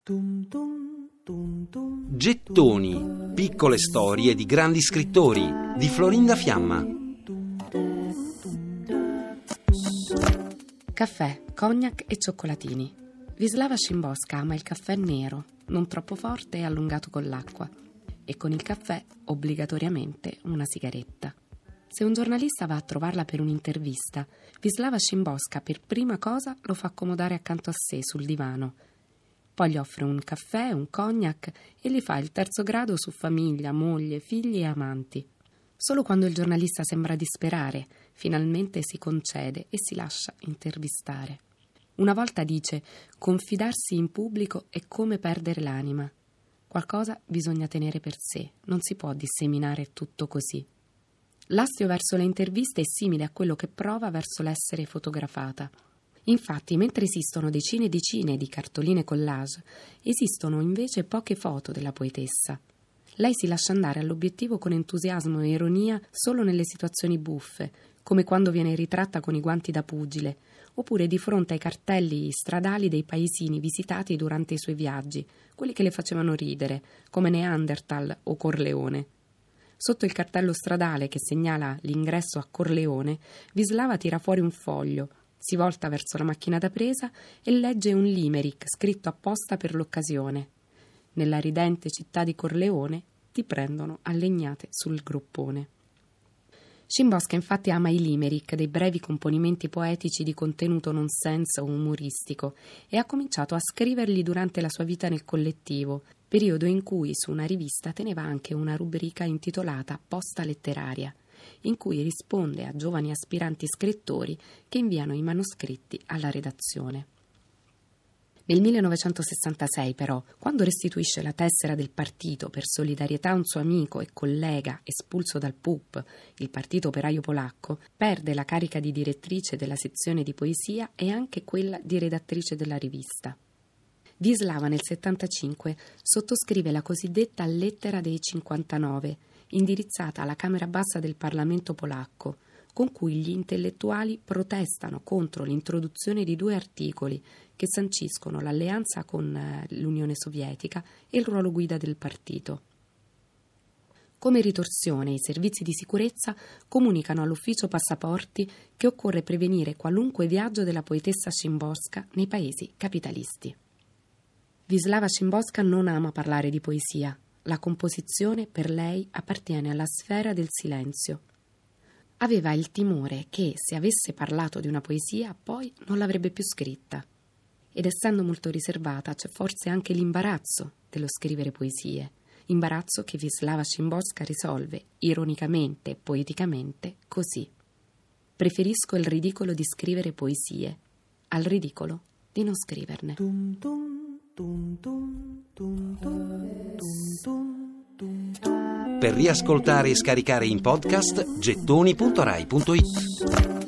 Gettoni, piccole storie di grandi scrittori di Florinda Fiamma. Caffè, cognac e cioccolatini. Wisława Szymborska ama il caffè nero, non troppo forte e allungato con l'acqua, e con il caffè obbligatoriamente una sigaretta. Se un giornalista va a trovarla per un'intervista, Wisława Szymborska per prima cosa lo fa accomodare accanto a sé sul divano. Poi gli offre un caffè, un cognac e gli fa il terzo grado su famiglia, moglie, figli e amanti. Solo quando il giornalista sembra disperare, finalmente si concede e si lascia intervistare. Una volta dice: confidarsi in pubblico è come perdere l'anima. Qualcosa bisogna tenere per sé, non si può disseminare tutto così. L'astio verso le interviste è simile a quello che prova verso l'essere fotografata. Infatti, mentre esistono decine e decine di cartoline collage, esistono invece poche foto della poetessa. Lei si lascia andare all'obiettivo con entusiasmo e ironia solo nelle situazioni buffe, come quando viene ritratta con i guanti da pugile, oppure di fronte ai cartelli stradali dei paesini visitati durante i suoi viaggi, quelli che le facevano ridere, come Neanderthal o Corleone. Sotto il cartello stradale che segnala l'ingresso a Corleone, Wisława tira fuori un foglio, si volta verso la macchina da presa e legge un limerick scritto apposta per l'occasione. Nella ridente città di Corleone ti prendono a legnate sul groppone. Szymborska infatti ama i limerick, dei brevi componimenti poetici di contenuto nonsense o umoristico, e ha cominciato a scriverli durante la sua vita nel collettivo, periodo in cui su una rivista teneva anche una rubrica intitolata Posta letteraria, in cui risponde a giovani aspiranti scrittori che inviano i manoscritti alla redazione. Nel 1966, però, quando restituisce la tessera del partito per solidarietà a un suo amico e collega espulso dal PUP, il Partito Operaio Polacco, perde la carica di direttrice della sezione di poesia e anche quella di redattrice della rivista. Wisława nel 1975 sottoscrive la cosiddetta Lettera dei 59, indirizzata alla Camera Bassa del Parlamento polacco, con cui gli intellettuali protestano contro l'introduzione di 2 articoli che sanciscono l'alleanza con l'Unione Sovietica e il ruolo guida del partito. Come ritorsione, i servizi di sicurezza comunicano all'ufficio passaporti che occorre prevenire qualunque viaggio della poetessa Szymborska nei paesi capitalisti. Wisława Szymborska non ama parlare di poesia. La composizione per lei appartiene alla sfera del silenzio. Aveva il timore che, se avesse parlato di una poesia, poi non l'avrebbe più scritta. Ed essendo molto riservata, c'è forse anche l'imbarazzo dello scrivere poesie, imbarazzo che Wisława Szymborska risolve, ironicamente e poeticamente, così: preferisco il ridicolo di scrivere poesie al ridicolo di non scriverne. Per riascoltare e scaricare in podcast gettoni.rai.it.